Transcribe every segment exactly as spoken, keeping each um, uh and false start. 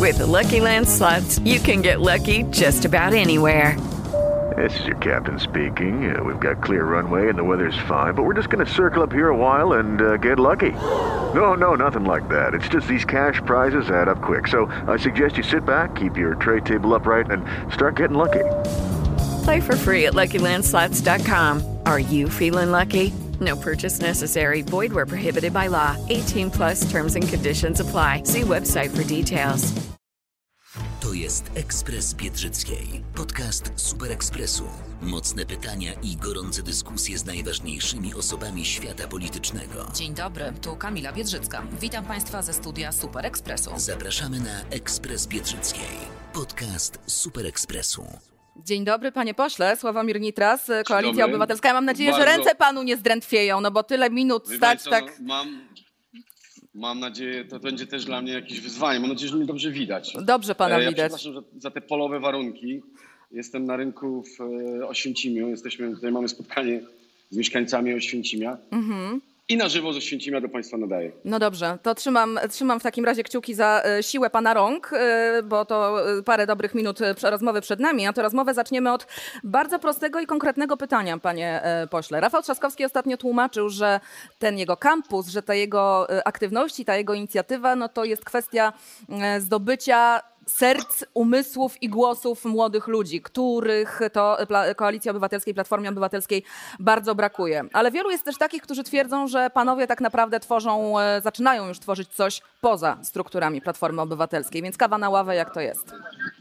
With Lucky Land Slots, you can get lucky just about anywhere. This is your captain speaking. Uh, we've got clear runway and the weather's fine, but we're just going to circle up here a while and uh, get lucky. No, no, nothing like that. It's just these cash prizes add up quick. So I suggest you sit back, keep your tray table upright, and start getting lucky. Play for free at Lucky Land Slots dot com. Are you feeling lucky? No purchase necessary. Void where prohibited by law. eighteen plus terms and conditions apply. See website for details. To jest Ekspres Biedrzyckiej, podcast Super Ekspresu. Mocne pytania i gorące dyskusje z najważniejszymi osobami świata politycznego. Dzień dobry, tu Kamila Biedrzycka. Witam Państwa ze studia Super Ekspresu. Zapraszamy na Ekspres Biedrzyckiej, podcast Super Ekspresu. Dzień dobry, panie pośle. Sławomir Nitras, Koalicja Obywatelska. Ja mam nadzieję, Bardzo... że ręce panu nie zdrętwieją, no bo tyle minut stać co, tak... No, mam, mam nadzieję, to będzie też dla mnie jakieś wyzwanie. Mam nadzieję, że mnie dobrze widać. Dobrze pana ja widać. Przepraszam za, za te polowe warunki. Jestem na rynku w Oświęcimiu. Jesteśmy, tutaj mamy spotkanie z mieszkańcami Oświęcimia. Mhm. I na żywo ze Oświęcimia do Państwa nadaję. No dobrze, to trzymam, trzymam w takim razie kciuki za y, siłę pana rąk, y, bo to y, parę dobrych minut y, rozmowy przed nami, a to rozmowę zaczniemy od bardzo prostego i konkretnego pytania, panie y, pośle. Rafał Trzaskowski ostatnio tłumaczył, że ten jego kampus, że te jego y, aktywności, ta jego inicjatywa, no to jest kwestia y, zdobycia serc, umysłów i głosów młodych ludzi, których to Koalicji Obywatelskiej, Platformie Obywatelskiej bardzo brakuje. Ale wielu jest też takich, którzy twierdzą, że panowie tak naprawdę tworzą, zaczynają już tworzyć coś poza strukturami Platformy Obywatelskiej. Więc kawa na ławę, jak to jest?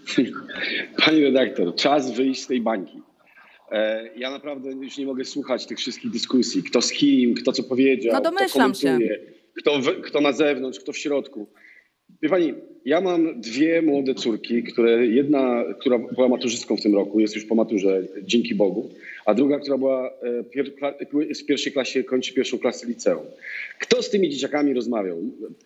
Pani redaktor, czas wyjść z tej bańki. Ja naprawdę już nie mogę słuchać tych wszystkich dyskusji. Kto z kim, kto co powiedział, no domyślam kto komentuje, się. Kto, w, kto na zewnątrz, kto w środku. Wie pani, ja mam dwie młode córki, które jedna, która była maturzystką w tym roku, jest już po maturze, dzięki Bogu, a druga, która była w pierwszej klasie, kończy pierwszą klasę liceum. Kto z tymi dzieciakami rozmawiał?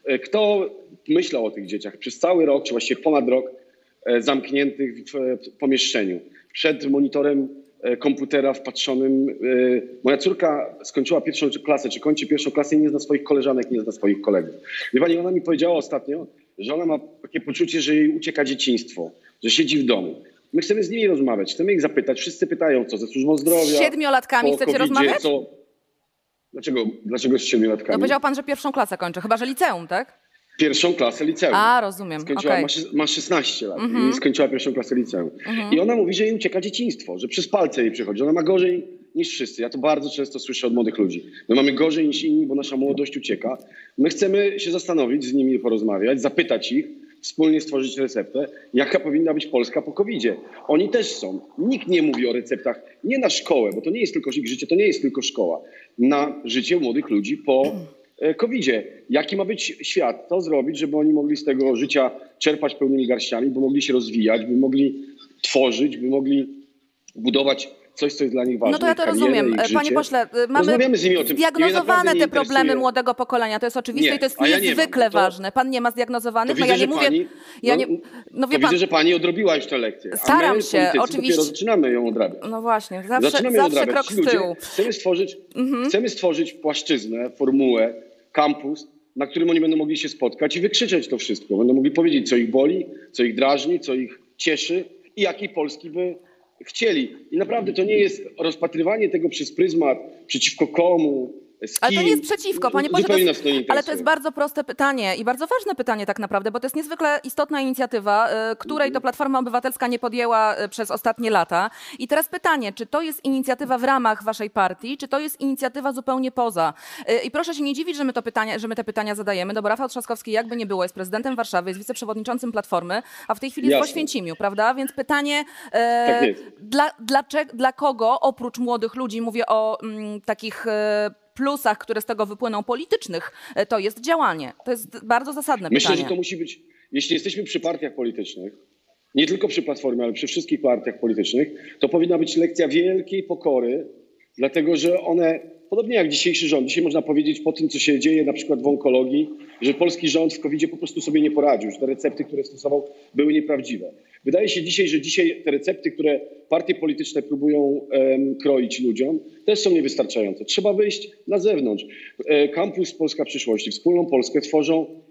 Kto myślał o tych dzieciach przez cały rok, czy właściwie ponad rok zamkniętych w pomieszczeniu, przed monitorem komputera wpatrzonym? Moja córka skończyła pierwszą klasę, czy kończy pierwszą klasę i nie zna swoich koleżanek, nie zna swoich kolegów. Wie pani, ona mi powiedziała ostatnio, że ona ma takie poczucie, że jej ucieka dzieciństwo, że siedzi w domu. My chcemy z nimi rozmawiać, chcemy ich zapytać. Wszyscy pytają, co ze służbą zdrowia. Z siedmiolatkami chcecie rozmawiać? Co... Dlaczego, dlaczego z siedmiolatkami? No powiedział pan, że pierwszą klasę kończy, chyba że liceum, tak? Pierwszą klasę liceum. A, rozumiem. Skończyła, okay. ma, ma szesnaście lat mm-hmm. i skończyła pierwszą klasę liceum. Mm-hmm. I ona mówi, że jej ucieka dzieciństwo, że przez palce jej przychodzi. Ona ma gorzej niż wszyscy. Ja to bardzo często słyszę od młodych ludzi. My mamy gorzej niż inni, bo nasza młodość ucieka. My chcemy się zastanowić, z nimi porozmawiać, zapytać ich, wspólnie stworzyć receptę, jaka powinna być Polska po kowidzie. Oni też są. Nikt nie mówi o receptach, nie na szkołę, bo to nie jest tylko ich życie, to nie jest tylko szkoła. Na życie młodych ludzi po kowidzie. Jaki ma być świat? To zrobić, żeby oni mogli z tego życia czerpać pełnymi garściami, by mogli się rozwijać, by mogli tworzyć, by mogli budować coś, co jest dla nich ważne. No to ja to rozumiem. Panie pośle, mamy zdiagnozowane te problemy młodego pokolenia. To jest oczywiste nie, i to jest niezwykle ja to, ważne. Pan nie ma zdiagnozowanych, no widzę, ja nie mówię... Pani, ja no, nie, no wie to pan, widzę, że pani odrobiła już tę lekcję. Staram a my, się, oczywiście. Dopiero zaczynamy ją odrabiać. No właśnie, zawsze, zaczynamy zawsze ją odrabiać. krok z tyłu. Chcemy stworzyć, mhm. chcemy stworzyć płaszczyznę, formułę, kampus, na którym oni będą mogli się spotkać i wykrzyczeć to wszystko. Będą mogli powiedzieć, co ich boli, co ich drażni, co ich cieszy i jakiej Polski by chcieli. I naprawdę to nie jest rozpatrywanie tego przez pryzmat przeciwko komu, z kim. Ale to nie jest przeciwko, panie pośle, to jest, to ale to jest bardzo proste pytanie i bardzo ważne pytanie tak naprawdę, bo to jest niezwykle istotna inicjatywa, której to Platforma Obywatelska nie podjęła przez ostatnie lata. I teraz pytanie, czy to jest inicjatywa w ramach waszej partii, czy to jest inicjatywa zupełnie poza? I proszę się nie dziwić, że my, to pytanie, że my te pytania zadajemy, no bo Rafał Trzaskowski jakby nie było, jest prezydentem Warszawy, jest wiceprzewodniczącym Platformy, a w tej chwili jest w Oświęcimiu, prawda? Więc pytanie, e, tak jest. dla, dla, dla kogo oprócz młodych ludzi, mówię o m, takich... E, plusach, które z tego wypłyną politycznych, to jest działanie. To jest bardzo zasadne Myślę, pytanie. Myślę, że to musi być, jeśli jesteśmy przy partiach politycznych, nie tylko przy Platformie, ale przy wszystkich partiach politycznych, to powinna być lekcja wielkiej pokory, dlatego że one, podobnie jak dzisiejszy rząd, dzisiaj można powiedzieć po tym, co się dzieje na przykład w onkologii, że polski rząd w kowidzie po prostu sobie nie poradził, że te recepty, które stosował, były nieprawdziwe. Wydaje się dzisiaj, że dzisiaj te recepty, które partie polityczne próbują um, kroić ludziom, też są niewystarczające. Trzeba wyjść na zewnątrz. E, Kampus Polska Przyszłości, Wspólną Polskę tworzą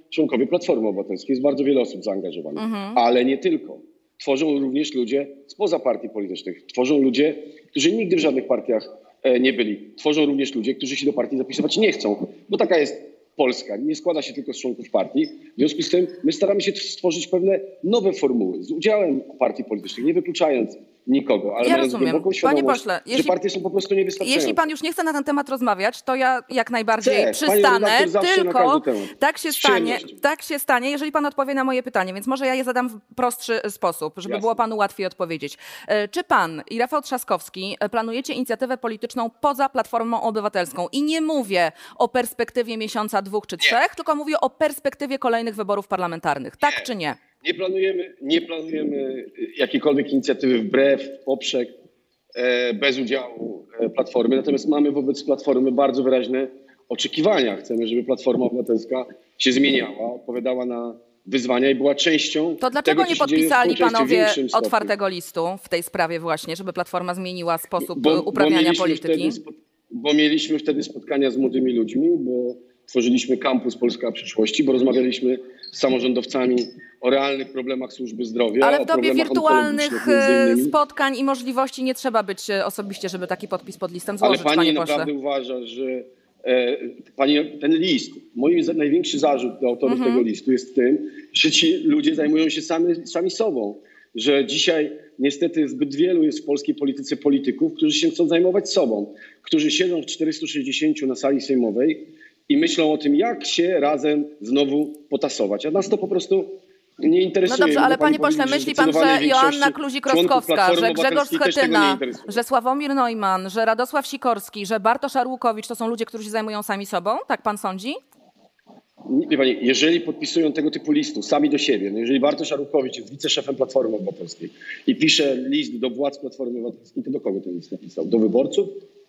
członkowie Platformy Obywatelskiej, jest bardzo wiele osób zaangażowanych, mhm. ale nie tylko. Tworzą również ludzie spoza partii politycznych. Tworzą ludzie, którzy nigdy w żadnych partiach nie byli. Tworzą również ludzie, którzy się do partii zapisywać nie chcą, bo taka jest Polska. Nie składa się tylko z członków partii. W związku z tym my staramy się stworzyć pewne nowe formuły z udziałem partii politycznych, nie wykluczając nikogo, ale ja mając rozumiem. głęboką świadomość, Panie pośle, jeśli, że partie są po prostu niewystarczające. Jeśli pan już nie chce na ten temat rozmawiać, to ja jak najbardziej Chcę. przystanę, tylko temat. tak się stanie, tak się stanie, jeżeli pan odpowie na moje pytanie, więc może ja je zadam w prostszy sposób, żeby Jasne. było panu łatwiej odpowiedzieć. Czy pan i Rafał Trzaskowski planujecie inicjatywę polityczną poza Platformą Obywatelską? I nie mówię o perspektywie miesiąca, dwóch czy trzech, nie. tylko mówię o perspektywie kolejnych wyborów parlamentarnych. Tak nie. czy nie? Nie planujemy, nie planujemy jakiejkolwiek inicjatywy wbrew, w poprzek, e, bez udziału Platformy. Natomiast mamy wobec Platformy bardzo wyraźne oczekiwania. Chcemy, żeby Platforma Obywatelska się zmieniała, odpowiadała na wyzwania i była częścią To dlaczego tego, nie podpisali panowie otwartego listu w tej sprawie właśnie, żeby Platforma zmieniła sposób bo, uprawiania bo polityki? Wtedy, bo mieliśmy wtedy spotkania z młodymi ludźmi, bo tworzyliśmy kampus Polska Przyszłości, bo rozmawialiśmy z samorządowcami o realnych problemach służby zdrowia. Ale w dobie wirtualnych spotkań i możliwości nie trzeba być osobiście, żeby taki podpis pod listem złożyć, Ale pani panie naprawdę pośle. uważa, że e, pani, ten list, mój największy zarzut do autorów mhm. tego listu jest tym, że ci ludzie zajmują się sami, sami sobą. Że dzisiaj niestety zbyt wielu jest w polskiej polityce polityków, którzy się chcą zajmować sobą, którzy siedzą w czterystu sześćdziesięciu na sali sejmowej i myślą o tym, jak się razem znowu potasować. A nas to po prostu nie interesuje. No dobrze, ale panie pośle, myśli pan, że Joanna Kluzik-Rostkowska, że Grzegorz Schetyna, że Sławomir Neumann, że Radosław Sikorski, że Bartosz Arłukowicz to są ludzie, którzy się zajmują sami sobą? Tak pan sądzi? Wie pani, jeżeli podpisują tego typu listu sami do siebie, no jeżeli Bartosz Arłukowicz jest wiceszefem Platformy Obywatelskiej i pisze list do władz Platformy Obywatelskiej, to do kogo ten list napisał? Do wyborców?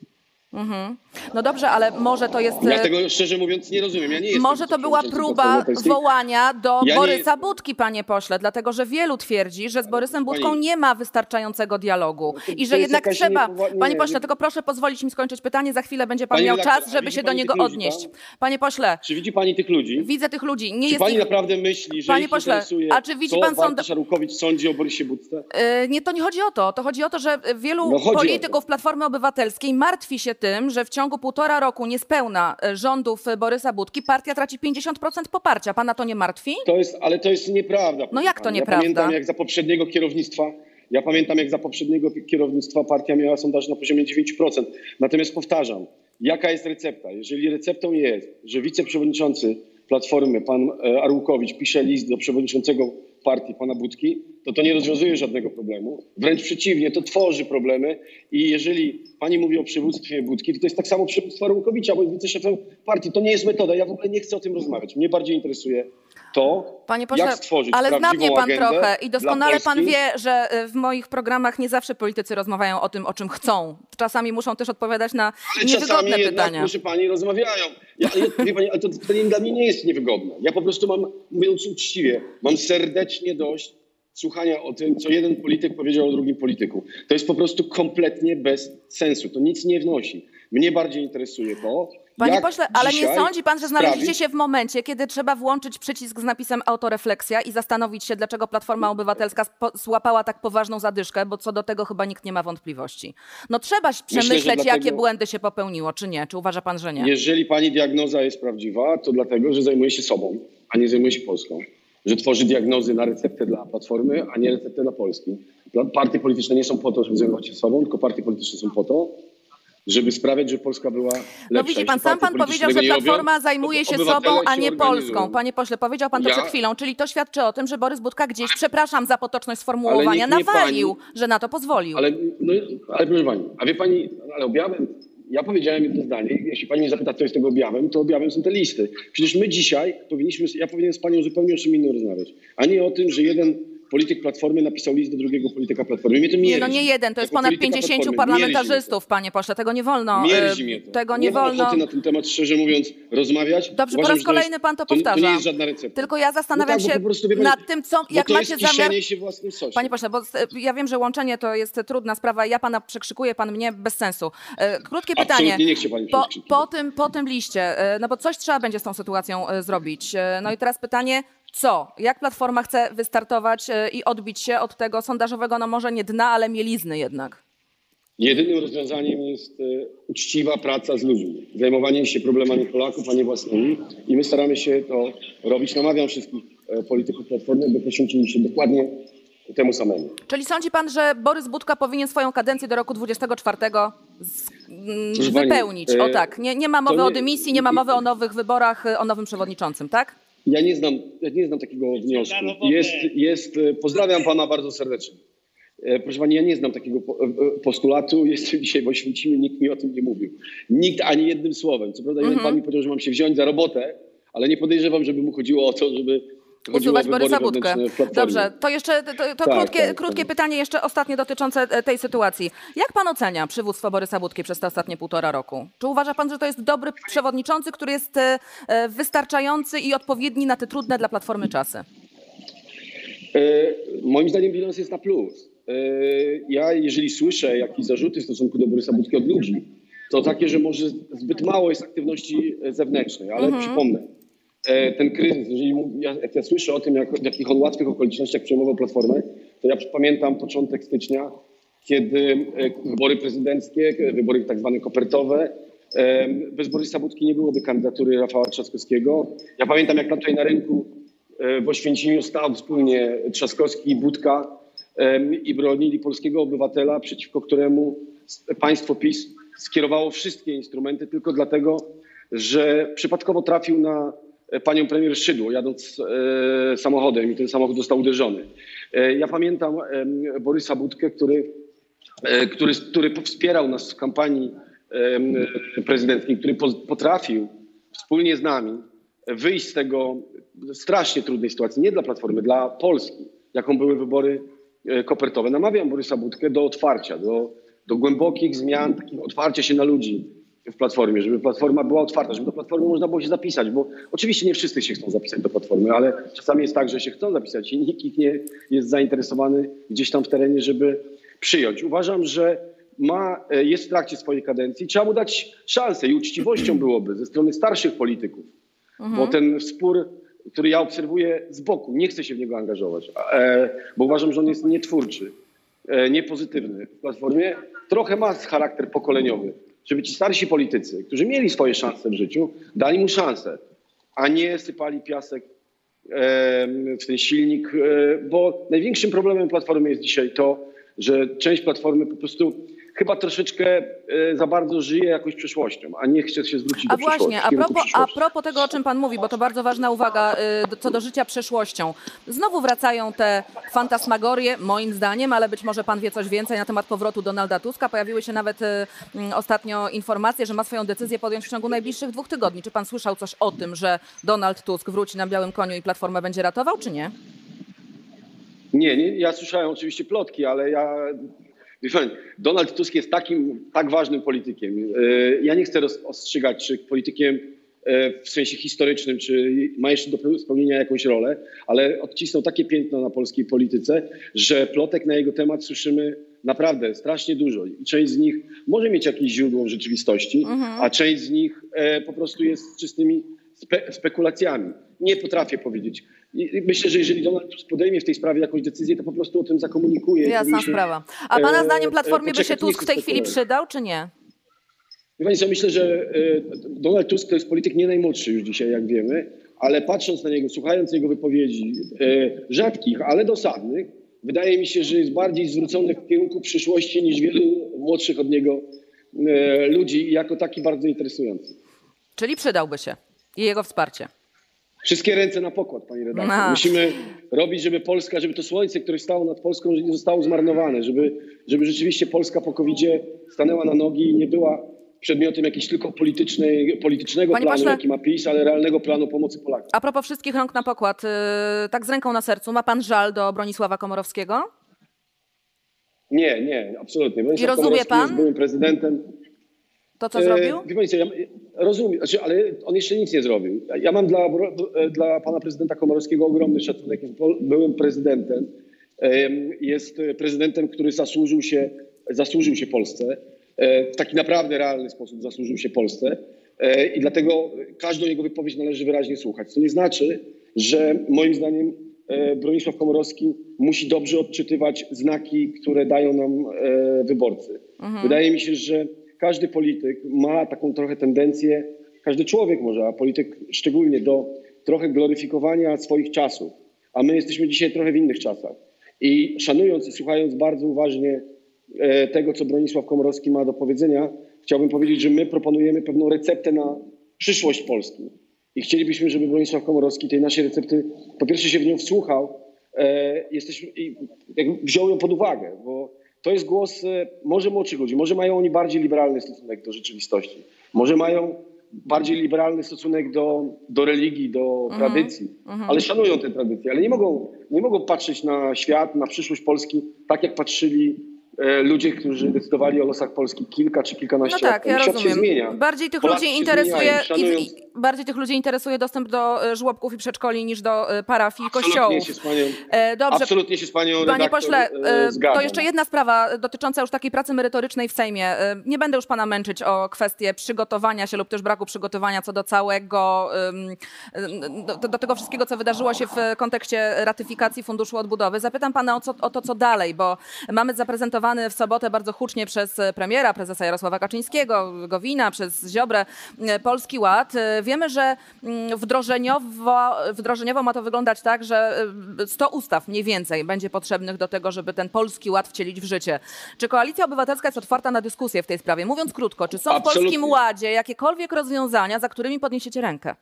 Mhm. No dobrze, ale może to jest... Ja tego szczerze mówiąc nie rozumiem. Ja nie jestem może to była próba wołania do ja Borysa nie... Budki, panie pośle, dlatego że wielu twierdzi, że z Borysem Budką pani... nie ma wystarczającego dialogu no i że jednak trzeba... Niepowa... Nie, panie pośle, nie... tylko proszę pozwolić mi skończyć pytanie, za chwilę będzie pan pani miał redaktor, czas, żeby się do niego ludzi, odnieść. tak? Panie pośle... Czy widzi pani tych ludzi? Widzę tych ludzi. Nie czy jest pani ich... naprawdę myśli, że panie ich pośle, interesuje, a czy widzi co pan Bartosz sąd... Arłukowicz sądzi o Borysie Budce? Yy, nie, to nie chodzi o to. To chodzi o to, że wielu no polityków Platformy Obywatelskiej martwi się tym, że w ciągu półtora roku niespełna rządów Borysa Budki partia traci pięćdziesiąt procent poparcia. Pana to nie martwi? To jest, ale to jest nieprawda. No jak to ja nieprawda? Pamiętam, jak za poprzedniego kierownictwa, ja pamiętam, jak za poprzedniego kierownictwa partia miała sondaż na poziomie dziewięć procent. Natomiast powtarzam, jaka jest recepta? Jeżeli receptą jest, że wiceprzewodniczący Platformy, pan Arłukowicz, pisze list do przewodniczącego partii, pana Budki, to to nie rozwiązuje żadnego problemu. Wręcz przeciwnie, to tworzy problemy i jeżeli pani mówi o przywództwie Budki, to to jest tak samo przywództwo Arłukowicza, bo jest wiceszefem partii. To nie jest metoda. Ja w ogóle nie chcę o tym rozmawiać. Mnie bardziej interesuje to, panie pośle, jak stworzyć ale zna mnie pan trochę i doskonale pan wie, że w moich programach nie zawsze politycy rozmawiają o tym, o czym chcą. Czasami muszą też odpowiadać na ale niewygodne czasami pytania. Jednak, proszę pani, rozmawiają. Ja, ja, wie pani, ale to, to dla mnie nie jest niewygodne. Ja po prostu mam, mówiąc uczciwie, mam serdecznie dość słuchania o tym, co jeden polityk powiedział o drugim polityku. To jest po prostu kompletnie bez sensu. To nic nie wnosi. Mnie bardziej interesuje to, Panie jak pośle, ale nie sądzi pan, że znaleźliście sprawić... się w momencie, kiedy trzeba włączyć przycisk z napisem autorefleksja i zastanowić się, dlaczego Platforma Obywatelska złapała tak poważną zadyszkę, bo co do tego chyba nikt nie ma wątpliwości. No trzeba przemyśleć, Myślę, dlatego... jakie błędy się popełniło, czy nie? Czy uważa pan, że nie? Jeżeli pani diagnoza jest prawdziwa, to dlatego, że zajmuje się sobą, a nie zajmuje się Polską. Że tworzy diagnozy na receptę dla Platformy, a nie receptę dla Polski. Partie polityczne nie są po to, żeby zajmować się sobą, tylko partie polityczne są po to, żeby sprawiać, że Polska była lepsza. No widzi pan, sam pan powiedział, że Platforma zajmuje się sobą, a nie Polską. Panie pośle, powiedział pan to ja? przed chwilą, czyli to świadczy o tym, że Borys Budka gdzieś, przepraszam za potoczność sformułowania, nawalił, pani, że na to pozwolił. Ale, no, ale proszę pani, a wie pani, ale objawem, ja powiedziałem jedno zdanie, jeśli pani mnie zapyta, co jest tego objawem, to objawem są te listy. Przecież my dzisiaj powinniśmy, ja powinienem z panią zupełnie o czym innym rozmawiać, a nie o tym, że jeden polityk Platformy napisał list do drugiego polityka Platformy. Mnie to mierzi. Nie, no nie jeden, to jest Jako ponad pięćdziesięciu parlamentarzystów, panie pośle, tego nie wolno. Mierzi mnie to. Tego nie, nie wolno. mam ochoty na ten temat, szczerze mówiąc, rozmawiać. Dobrze, Uważam, po raz kolejny jest, pan to to, powtarza. To nie jest żadna recepta. Tylko ja zastanawiam no tak, się po prostu, wie, nad tym, co, jak to macie jest zamiar... się własnym sosie. Panie pośle, bo ja wiem, że łączenie to jest trudna sprawa. Ja pana przekrzykuję, pan mnie bez sensu. Krótkie pytanie. Absolutnie nie chce pani po, po, tym, po tym liście, no bo coś trzeba będzie z tą sytuacją zrobić. No i teraz pytanie, co? Jak Platforma chce wystartować i odbić się od tego sondażowego, no może nie dna, ale mielizny jednak? Jedynym rozwiązaniem jest e, uczciwa praca z ludźmi. Zajmowanie się problemami Polaków, a nie własnymi. I my staramy się to robić. Namawiam wszystkich e, polityków Platformy, by poświęcili się dokładnie temu samemu. Czyli sądzi pan, że Borys Budka powinien swoją kadencję do roku dwudziestego czwartego z, m, wypełnić? Pani, e, o tak, nie, nie ma mowy nie, o dymisji, nie ma mowy o nowych wyborach, o nowym przewodniczącym, tak? Ja nie znam, ja nie znam takiego wniosku. Jest, jest, pozdrawiam pana bardzo serdecznie. Proszę pani, ja nie znam takiego postulatu. Jestem dzisiaj w Oświęcimiu, nikt mi o tym nie mówił. Nikt ani jednym słowem. Co prawda, mm-hmm. jeden pan mi powiedział, że mam się wziąć za robotę, ale nie podejrzewam, żeby mu chodziło o to, żeby usuwać Borysa Budkę. Dobrze, to jeszcze to, to tak, krótkie, tak, krótkie tak. pytanie jeszcze ostatnie dotyczące tej sytuacji. Jak pan ocenia przywództwo Borysa Budki przez te ostatnie półtora roku? Czy uważa pan, że to jest dobry przewodniczący, który jest wystarczający i odpowiedni na te trudne dla Platformy czasy? E, moim zdaniem bilans jest na plus. E, ja jeżeli słyszę jakieś zarzuty w stosunku do Borysa Budki od ludzi, to takie, że może zbyt mało jest aktywności zewnętrznej, ale mhm. przypomnę, ten kryzys, jeżeli ja, jak ja słyszę o tym, jak, w jakich on łatwych okolicznościach przejmował Platformę, to ja pamiętam początek stycznia, kiedy wybory prezydenckie, wybory tak zwane kopertowe, bez Borysa Budki nie byłoby kandydatury Rafała Trzaskowskiego. Ja pamiętam, jak tutaj na rynku w Oświęcimiu stał wspólnie Trzaskowski i Budka i bronili polskiego obywatela, przeciwko któremu państwo PiS skierowało wszystkie instrumenty tylko dlatego, że przypadkowo trafił na panią premier Szydło, jadąc e, samochodem i ten samochód został uderzony. E, ja pamiętam e, Borysa Budkę, który, e, który, który wspierał nas w kampanii e, prezydenckiej, który po, potrafił wspólnie z nami wyjść z tego strasznie trudnej sytuacji, nie dla Platformy, dla Polski, jaką były wybory e, kopertowe. Namawiam Borysa Budkę do otwarcia, do, do głębokich zmian, takiego otwarcia się na ludzi w Platformie, żeby Platforma była otwarta, żeby do Platformy można było się zapisać, bo oczywiście nie wszyscy się chcą zapisać do Platformy, ale czasami jest tak, że się chcą zapisać i nikt ich nie jest zainteresowany gdzieś tam w terenie, żeby przyjąć. Uważam, że ma, jest w trakcie swojej kadencji, trzeba mu dać szansę i uczciwością byłoby ze strony starszych polityków, mhm. bo ten spór, który ja obserwuję z boku, nie chcę się w niego angażować, bo uważam, że on jest nietwórczy, niepozytywny w Platformie, trochę ma charakter pokoleniowy. Żeby ci starsi politycy, którzy mieli swoje szanse w życiu, dali mu szansę, a nie sypali piasek e, w ten silnik, e, bo największym problemem Platformy jest dzisiaj to, że część Platformy po prostu chyba troszeczkę e, za bardzo żyje jakąś przeszłością, a nie chce się zwrócić a do przeszłości. A właśnie, a propos, a propos tego, o czym pan mówi, bo to bardzo ważna uwaga y, co do życia przeszłością. Znowu wracają te fantasmagorie, moim zdaniem, ale być może pan wie coś więcej na temat powrotu Donalda Tuska. Pojawiły się nawet y, y, ostatnio informacje, że ma swoją decyzję podjąć w ciągu najbliższych dwóch tygodni. Czy pan słyszał coś o tym, że Donald Tusk wróci na białym koniu i Platformę będzie ratował, czy nie? Nie, nie, ja słyszałem oczywiście plotki, ale ja... Donald Tusk jest takim, tak ważnym politykiem. Ja nie chcę ostrzygać, czy politykiem w sensie historycznym, czy ma jeszcze do spełnienia jakąś rolę, ale odcisnął takie piętno na polskiej polityce, że plotek na jego temat słyszymy naprawdę strasznie dużo. I część z nich może mieć jakieś źródło w rzeczywistości, mhm. a część z nich po prostu jest czystymi spe- spekulacjami. Nie potrafię powiedzieć. I myślę, że jeżeli Donald Tusk podejmie w tej sprawie jakąś decyzję, to po prostu o tym zakomunikuje. Jasna powinniśmy, sprawa. A pana zdaniem Platformie by się Tusk w tej chwili przydał, czy nie? Wie pani co, myślę, że Donald Tusk to jest polityk nie najmłodszy już dzisiaj, jak wiemy, ale patrząc na niego, słuchając jego wypowiedzi, rzadkich, ale dosadnych, wydaje mi się, że jest bardziej zwrócony w kierunku przyszłości niż wielu młodszych od niego ludzi i jako taki bardzo interesujący. Czyli przydałby się i jego wsparcie. Wszystkie ręce na pokład, pani redaktor. No. Musimy robić, żeby Polska, żeby to słońce, które stało nad Polską, nie zostało zmarnowane, żeby, żeby rzeczywiście Polska po kowidzie stanęła na nogi i nie była przedmiotem jakiegoś tylko politycznej, politycznego Panie planu, pośle, jaki ma PiS, ale realnego planu pomocy Polakom. a propos wszystkich rąk na pokład, tak z ręką na sercu, ma pan żal do Bronisława Komorowskiego? Nie, nie, absolutnie. Bronisław I rozumie Komorowski pan jest byłym prezydentem. to, co zrobił? E, wie pani co, ja rozumiem, znaczy, ale on jeszcze nic nie zrobił. Ja mam dla, dla pana prezydenta Komorowskiego ogromny szacunek. Jest byłym prezydentem. Jest prezydentem, który zasłużył się, zasłużył się Polsce. W taki naprawdę realny sposób zasłużył się Polsce. I dlatego każdą jego wypowiedź należy wyraźnie słuchać. Co nie znaczy, że moim zdaniem Bronisław Komorowski musi dobrze odczytywać znaki, które dają nam wyborcy. Mhm. Wydaje mi się, że każdy polityk ma taką trochę tendencję, każdy człowiek może, a polityk szczególnie, do trochę gloryfikowania swoich czasów. A my jesteśmy dzisiaj trochę w innych czasach. I szanując i słuchając bardzo uważnie tego, co Bronisław Komorowski ma do powiedzenia, chciałbym powiedzieć, że my proponujemy pewną receptę na przyszłość Polski. I chcielibyśmy, żeby Bronisław Komorowski tej naszej recepty po pierwsze się w nią wsłuchał, e, jesteśmy, i wziął ją pod uwagę, bo to jest głos e, może młodszych ludzi, może mają oni bardziej liberalny stosunek do rzeczywistości, może mają bardziej liberalny stosunek do, do religii, do mm-hmm. tradycji, mm-hmm. ale szanują te tradycje, ale nie mogą, nie mogą patrzeć na świat, na przyszłość Polski tak, jak patrzyli ludzie, którzy decydowali o losach Polski kilka czy kilkanaście no tak, lat. ja Świat rozumiem. się zmienia. Bardziej tych Polacy ludzi się interesuje zmieniają, szanując... i, i bardziej tych ludzi interesuje dostęp do żłobków i przedszkoli niż do parafii i Absolutnie kościołów. Się z panią, e, Dobrze. Absolutnie się z panią redaktor Panie pośle, e, zgadzam. To jeszcze jedna sprawa dotycząca już takiej pracy merytorycznej w Sejmie. Nie będę już pana męczyć o kwestię przygotowania się lub też braku przygotowania co do całego, do, do tego wszystkiego, co wydarzyło się w kontekście ratyfikacji Funduszu Odbudowy. Zapytam pana o, co, o to, co dalej, bo mamy zaprezentowany w sobotę bardzo hucznie przez premiera, prezesa Jarosława Kaczyńskiego, Gowina, przez Ziobrę Polski Ład. Wiemy, że wdrożeniowo, wdrożeniowo ma to wyglądać tak, że sto ustaw mniej więcej będzie potrzebnych do tego, żeby ten Polski Ład wcielić w życie. Czy Koalicja Obywatelska jest otwarta na dyskusję w tej sprawie? Mówiąc krótko, czy są Absolutnie. w Polskim Ładzie jakiekolwiek rozwiązania, za którymi podniesiecie rękę?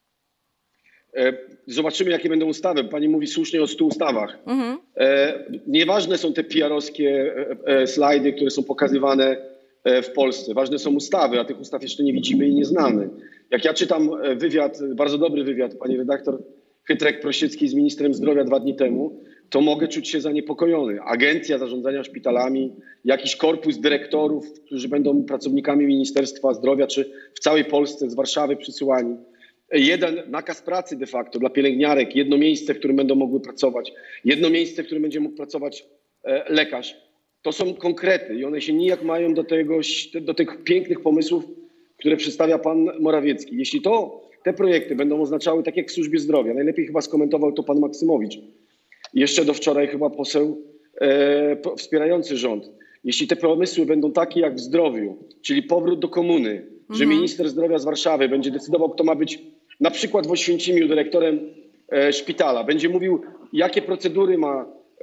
Zobaczymy, jakie będą ustawy. Pani mówi słusznie o stu ustawach. Mhm. E, nieważne są te P R-owskie e, slajdy, które są pokazywane e, w Polsce. Ważne są ustawy, a tych ustaw jeszcze nie widzimy i nie znamy. Jak ja czytam wywiad, bardzo dobry wywiad pani redaktor Chytrek-Prosieckiej z ministrem zdrowia dwa dni temu, to mogę czuć się zaniepokojony. Agencja zarządzania szpitalami, jakiś korpus dyrektorów, którzy będą pracownikami Ministerstwa Zdrowia, czy w całej Polsce z Warszawy przysyłani. Jeden nakaz pracy de facto dla pielęgniarek, jedno miejsce, w którym będą mogły pracować, jedno miejsce, w którym będzie mógł pracować e, lekarz. To są konkrety i one się nijak mają do, tego, do tych pięknych pomysłów, które przedstawia pan Morawiecki. Jeśli to, te projekty będą oznaczały, tak jak w służbie zdrowia, najlepiej chyba skomentował to pan Maksymowicz, jeszcze do wczoraj chyba poseł e, wspierający rząd. Jeśli te pomysły będą takie jak w zdrowiu, czyli powrót do komuny, mhm. że minister zdrowia z Warszawy będzie decydował, kto ma być na przykład w Oświęcimiu dyrektorem e, szpitala, będzie mówił, jakie procedury ma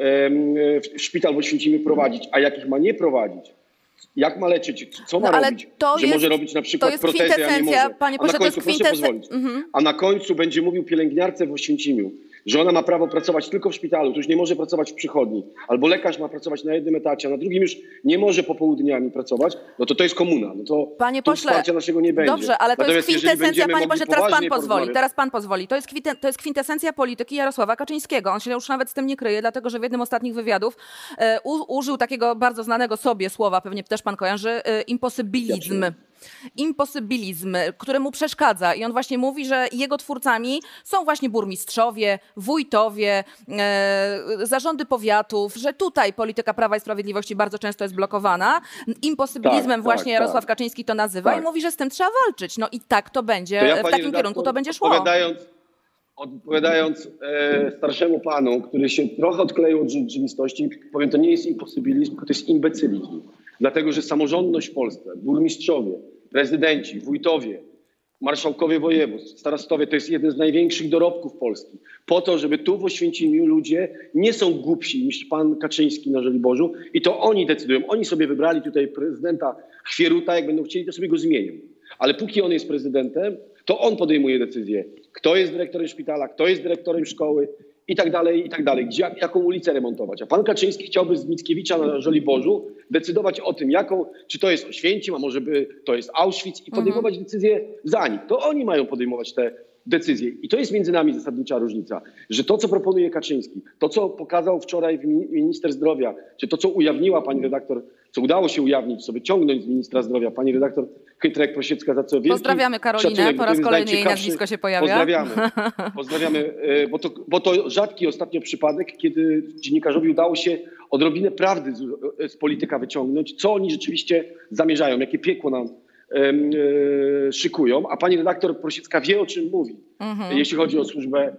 e, szpital w Oświęcimiu prowadzić, a jakich ma nie prowadzić. Jak ma leczyć, co ma no, ale robić, to że jest, może robić na przykład to jest protezy, a nie może. Panie A na pośle, końcu, to jest proszę pozwolić, mhm. a na końcu będzie mówił pielęgniarce w Oświęcimiu, że ona ma prawo pracować tylko w szpitalu, to już nie może pracować w przychodni. Albo lekarz ma pracować na jednym etacie, a na drugim już nie może popołudniami pracować, no to to jest komuna. No to panie tu pośle, wsparcia naszego nie będzie. Dobrze, ale to Natomiast jest kwintesencja, panie pośle, teraz pan pozwoli, teraz pan pozwoli. To jest, kwinte, to jest kwintesencja polityki Jarosława Kaczyńskiego. On się już nawet z tym nie kryje, dlatego że w jednym z ostatnich wywiadów e, u, użył takiego bardzo znanego sobie słowa, pewnie też pan kojarzy, e, imposybilizm. Ja imposybilizm, który mu przeszkadza i on właśnie mówi, że jego twórcami są właśnie burmistrzowie, wójtowie, e, zarządy powiatów, że tutaj polityka Prawa i Sprawiedliwości bardzo często jest blokowana. Imposybilizmem tak, właśnie tak, Jarosław tak. Kaczyński to nazywa tak. i mówi, że z tym trzeba walczyć. No i tak to będzie, to ja, w takim redaktor, kierunku to będzie szło. Odpowiadając, odpowiadając e, starszemu panu, który się trochę odkleił od rzeczywistości, powiem, to nie jest imposybilizm, tylko to jest imbecylizm. Dlatego, że samorządność w Polsce, burmistrzowie, prezydenci, wójtowie, marszałkowie województw, starostowie, to jest jeden z największych dorobków Polski. Po to, żeby tu w Oświęcimiu ludzie nie są głupsi niż pan Kaczyński na Żoliborzu i to oni decydują. Oni sobie wybrali tutaj prezydenta Chwieruta, jak będą chcieli, to sobie go zmienią. Ale póki on jest prezydentem, to on podejmuje decyzję, kto jest dyrektorem szpitala, kto jest dyrektorem szkoły i tak dalej, i tak dalej. Gdzie, jaką ulicę remontować. A pan Kaczyński chciałby z Mickiewicza na Żoliborzu decydować o tym, jaką, czy to jest Oświęcim, a może by to jest Auschwitz i podejmować mhm. decyzje za nich. To oni mają podejmować te decyzje. I to jest między nami zasadnicza różnica, że to, co proponuje Kaczyński, to, co pokazał wczoraj minister zdrowia, czy to, co ujawniła pani redaktor, co udało się ujawnić, co wyciągnąć z ministra zdrowia, pani redaktor Chytrek-Prosiecka, za co wielki Pozdrawiamy Karolinę, szacunek, po raz kolejny jej nazwisko się pojawia. Pozdrawiamy, pozdrawiamy bo, to, bo to rzadki ostatnio przypadek, kiedy dziennikarzowi udało się odrobinę prawdy z, z polityka wyciągnąć, co oni rzeczywiście zamierzają, jakie piekło nam e, e, szykują, a pani redaktor Prosiecka wie, o czym mówi, mhm. jeśli chodzi o służbę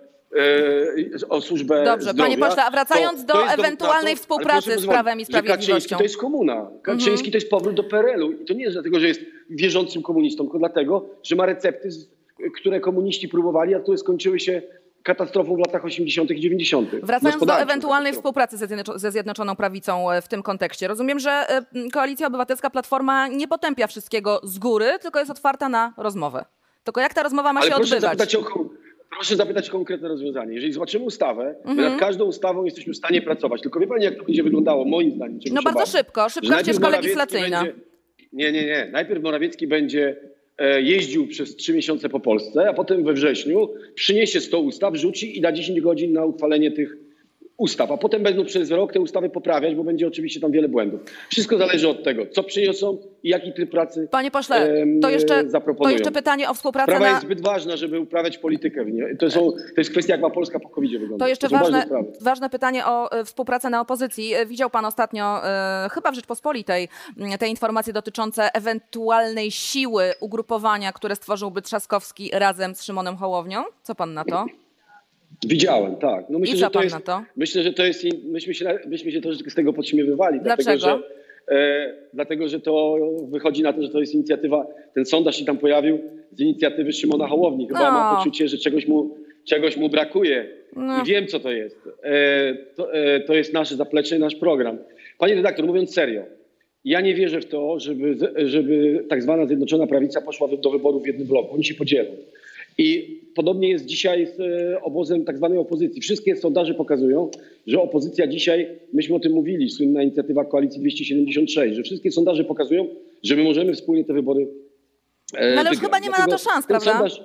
o służbę Dobrze, zdrowia. Panie pośle, a wracając to, do to ewentualnej to, współpracy z Prawem i Sprawiedliwością. Kaczyński to jest komuna. Kaczyński mhm. to jest powrót do P R L u. I to nie jest dlatego, że jest wierzącym komunistą, tylko dlatego, że ma recepty, które komuniści próbowali, a które skończyły się katastrofą w latach osiemdziesiątych i dziewięćdziesiątych. Wracając do ewentualnej współpracy ze, Zjednoczo- ze Zjednoczoną Prawicą w tym kontekście. Rozumiem, że Koalicja Obywatelska, Platforma nie potępia wszystkiego z góry, tylko jest otwarta na rozmowę. Tylko jak ta rozmowa ma Ale się proszę odbywać? Zapytać o, proszę zapytać o konkretne rozwiązanie. Jeżeli zobaczymy ustawę, mhm. my nad każdą ustawą jesteśmy w stanie pracować. Tylko wie pani, jak to będzie wyglądało, moim zdaniem. No bardzo obawiam, szybko, szybka ścieżka legislacyjna. Będzie, nie, nie, nie. Najpierw Morawiecki będzie e, jeździł przez trzy miesiące po Polsce, a potem we wrześniu przyniesie sto ustaw, rzuci i da dziesięć godzin na uchwalenie tych ustaw, a potem będą przez rok te ustawy poprawiać, bo będzie oczywiście tam wiele błędów. Wszystko zależy od tego, co przyniosą i jaki tryb pracy Panie pośle, to jeszcze, to jeszcze pytanie o współpracę Sprawa na... jest zbyt ważna, żeby uprawiać politykę w niej. To, są, to jest kwestia, jak ma Polska po kowidzie wygląda. To jeszcze to ważne, ważne pytanie o współpracę na opozycji. Widział pan ostatnio, e, chyba w Rzeczpospolitej, te informacje dotyczące ewentualnej siły ugrupowania, które stworzyłby Trzaskowski razem z Szymonem Hołownią. Co pan na to? Widziałem, tak. No myślę, I co że to pan jest, na to? Myślę, że to jest, myśmy się, myśmy się troszeczkę z tego podśmiewywali. Dlaczego? Dlatego, że, e, dlatego, że to wychodzi na to, że to jest inicjatywa, ten sondaż się tam pojawił z inicjatywy Szymona Hołowni. Chyba no. ma poczucie, że czegoś mu, czegoś mu brakuje. No. I wiem, co to jest. E, to, e, to jest nasze zaplecze, nasz program. Panie redaktor, mówiąc serio, ja nie wierzę w to, żeby, żeby tak zwana Zjednoczona Prawica poszła do wyborów w jednym bloku. Oni się podzielą. I podobnie jest dzisiaj z obozem tak zwanej opozycji. Wszystkie sondaże pokazują, że opozycja dzisiaj, myśmy o tym mówili, słynna inicjatywa Koalicji dwieście siedemdziesiąt sześć, że wszystkie sondaże pokazują, że my możemy wspólnie te wybory e, No ale już wygrać. chyba nie ma na to szans, prawda? Sondaż...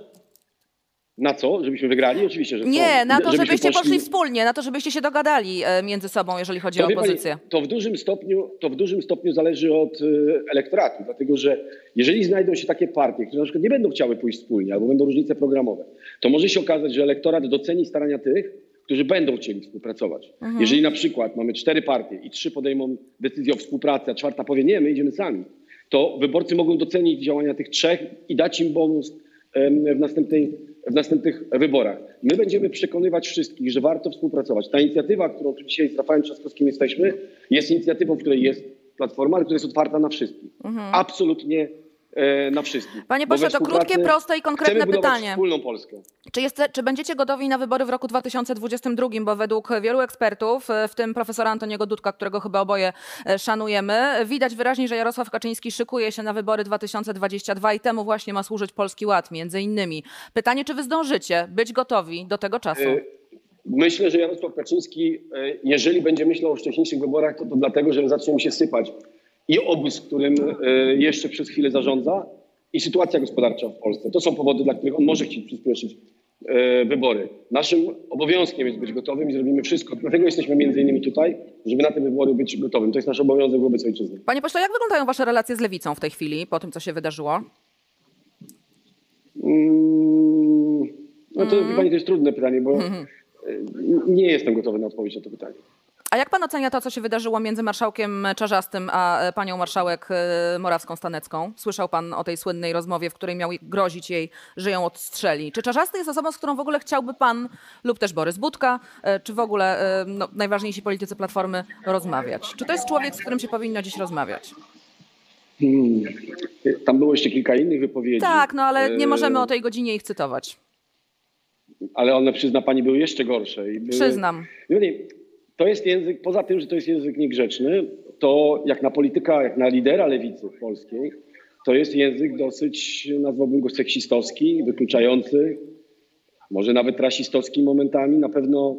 Na co? Żebyśmy wygrali? Oczywiście, że Nie, co? na to, żebyście, żebyście poszli... poszli wspólnie, na to, żebyście się dogadali między sobą, jeżeli chodzi to o opozycję. Pani, to, w dużym stopniu, to w dużym stopniu zależy od y, elektoratu, dlatego że jeżeli znajdą się takie partie, które na przykład nie będą chciały pójść wspólnie albo będą różnice programowe, to może się okazać, że elektorat doceni starania tych, którzy będą chcieli współpracować. Mhm. Jeżeli na przykład mamy cztery partie i trzy podejmą decyzję o współpracy, a czwarta powie nie, my idziemy sami, to wyborcy mogą docenić działania tych trzech i dać im bonus y, w następnej w następnych wyborach. My będziemy przekonywać wszystkich, że warto współpracować. Ta inicjatywa, którą tu dzisiaj z Rafałem Trzaskowskim jesteśmy, jest inicjatywą, w której jest Platforma, ale która jest otwarta na wszystkich. Mhm. Absolutnie e, na wszystkich. Panie pośle, to krótkie, proste i konkretne pytanie. Wspólną Polskę. Czy, jest, czy będziecie gotowi na wybory w roku dwa tysiące dwudziestym drugim? Bo według wielu ekspertów, w tym profesora Antoniego Dudka, którego chyba oboje szanujemy, widać wyraźnie, że Jarosław Kaczyński szykuje się na wybory dwa tysiące dwudziesty drugi i temu właśnie ma służyć Polski Ład, między innymi. Pytanie, czy wy zdążycie być gotowi do tego czasu? Myślę, że Jarosław Kaczyński, jeżeli będzie myślał o wcześniejszych wyborach, to, to dlatego, że zacznie mu się sypać i obóz, którym jeszcze przez chwilę zarządza, i sytuacja gospodarcza w Polsce. To są powody, dla których on może chcieć przyspieszyć e, wybory. Naszym obowiązkiem jest być gotowym i zrobimy wszystko. Dlatego jesteśmy między innymi tutaj, żeby na te wybory być gotowym. To jest nasz obowiązek wobec ojczyzny. Panie pośle, jak wyglądają wasze relacje z Lewicą w tej chwili, po tym, co się wydarzyło? Mm, no to mm. Pani, to jest trudne pytanie, bo mm. nie jestem gotowy na odpowiedź na to pytanie. A jak pan ocenia to, co się wydarzyło między marszałkiem Czarzastym a panią marszałek Morawską-Stanecką? Słyszał pan o tej słynnej rozmowie, w której miał grozić jej, że ją odstrzeli. Czy Czarzasty jest osobą, z którą w ogóle chciałby pan lub też Borys Budka, czy w ogóle no, najważniejsi politycy Platformy rozmawiać? Czy to jest człowiek, z którym się powinno dziś rozmawiać? Hmm. Tam było jeszcze kilka innych wypowiedzi. Tak, no ale nie możemy o tej godzinie ich cytować. Ale one, przyzna pani, były jeszcze gorsze. I były... Przyznam. To jest język, poza tym, że to jest język niegrzeczny, to jak na polityka, jak na lidera lewicy polskiej, to jest język dosyć, nazwałbym go seksistowski, wykluczający, może nawet rasistowski momentami. Na pewno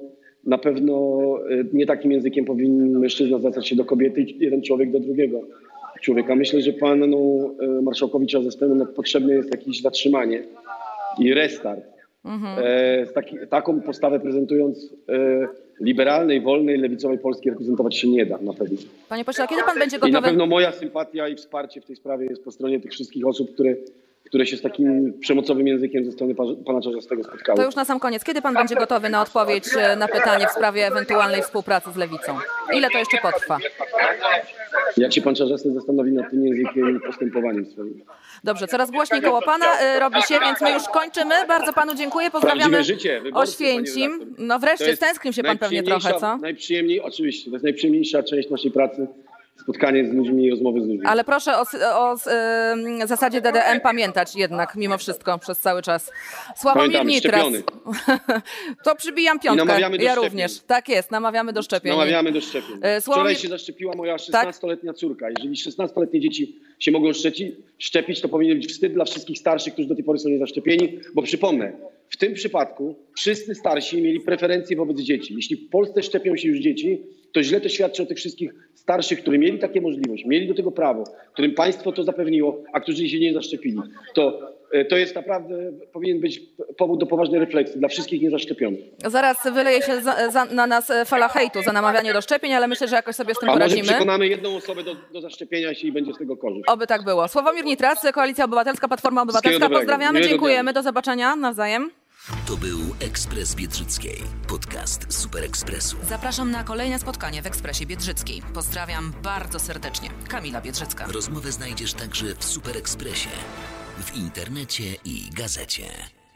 na pewno nie takim językiem powinien mężczyzna zwracać się do kobiety i jeden człowiek do drugiego człowieka. Myślę, że panu marszałkowi Czarzastemu potrzebne jest jakieś zatrzymanie i restart. Mhm. E, z taki, taką postawę prezentując e, liberalnej, wolnej, lewicowej Polski reprezentować się nie da na pewno. Panie pośle, a kiedy pan będzie gotowy? I na pewno moja sympatia i wsparcie w tej sprawie jest po stronie tych wszystkich osób, które, które się z takim przemocowym językiem ze strony pana Czarzastego spotkały. To już na sam koniec. Kiedy pan będzie gotowy na odpowiedź na pytanie w sprawie ewentualnej współpracy z lewicą? Ile to jeszcze potrwa? Jak się pan Czarzasty zastanowi nad tym językiem i postępowaniem swoim. Dobrze, coraz głośniej koło pana y, robi się, więc my już kończymy. Bardzo panu dziękuję. Pozdrawiamy życie, wyborcy, Oświęcim. No wreszcie stęsknił się pan pewnie trochę, co? Najprzyjemniej, oczywiście, to jest najprzyjemniejsza część naszej pracy. Spotkanie z ludźmi i rozmowy z ludźmi. Ale proszę o, o y, zasadzie D D M pamiętać jednak mimo wszystko przez cały czas. Sławomir Nitras. To przybijam piątkę. Ja szczepień. również. Tak jest, namawiamy do szczepień. Namawiamy do szczepień. Sławomir... Wczoraj się zaszczepiła moja szesnastoletnia córka. Jeżeli szesnastoletnie dzieci się mogą szczepić, szczepić, to powinien być wstyd dla wszystkich starszych, którzy do tej pory są niezaszczepieni, bo przypomnę, w tym przypadku wszyscy starsi mieli preferencje wobec dzieci. Jeśli w Polsce szczepią się już dzieci, to źle to świadczy o tych wszystkich starszych, którzy mieli takie możliwość, mieli do tego prawo, którym państwo to zapewniło, a którzy się nie zaszczepili. To, to jest naprawdę, powinien być powód do poważnej refleksji dla wszystkich niezaszczepionych. Zaraz wyleje się za, za, na nas fala hejtu za namawianie do szczepień, ale myślę, że jakoś sobie z tym a poradzimy. Może przekonamy jedną osobę do, do zaszczepienia się i będzie z tego korzyść. Oby tak było. Sławomir Nitras, Koalicja Obywatelska, Platforma Obywatelska. Pozdrawiamy, Miłego dziękujemy. Dnia. Do zobaczenia nawzajem. To był Ekspres Biedrzyckiej, podcast Super Ekspresu. Zapraszam na kolejne spotkanie w Ekspresie Biedrzyckiej. Pozdrawiam bardzo serdecznie. Kamila Biedrzycka. Rozmowę znajdziesz także w Super Ekspresie, w internecie i gazecie.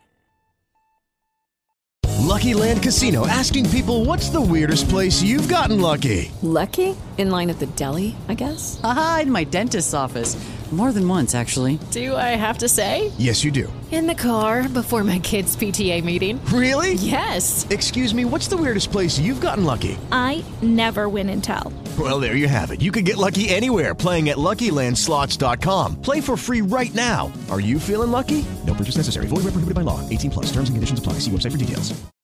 Lucky Land Casino, asking people, what's the weirdest place you've gotten lucky? Lucky? In line at the deli, I guess? Aha, in my dentist's office. More than once, actually. Do I have to say? Yes, you do. In the car before my kids' P T A meeting. Really? Yes. Excuse me, what's the weirdest place you've gotten lucky? I never win and tell. Well, there you have it. You can get lucky anywhere, playing at Lucky Land Slots dot com. Play for free right now. Are you feeling lucky? No purchase necessary. Void where prohibited by law. eighteen plus. Terms and conditions apply. See website for details.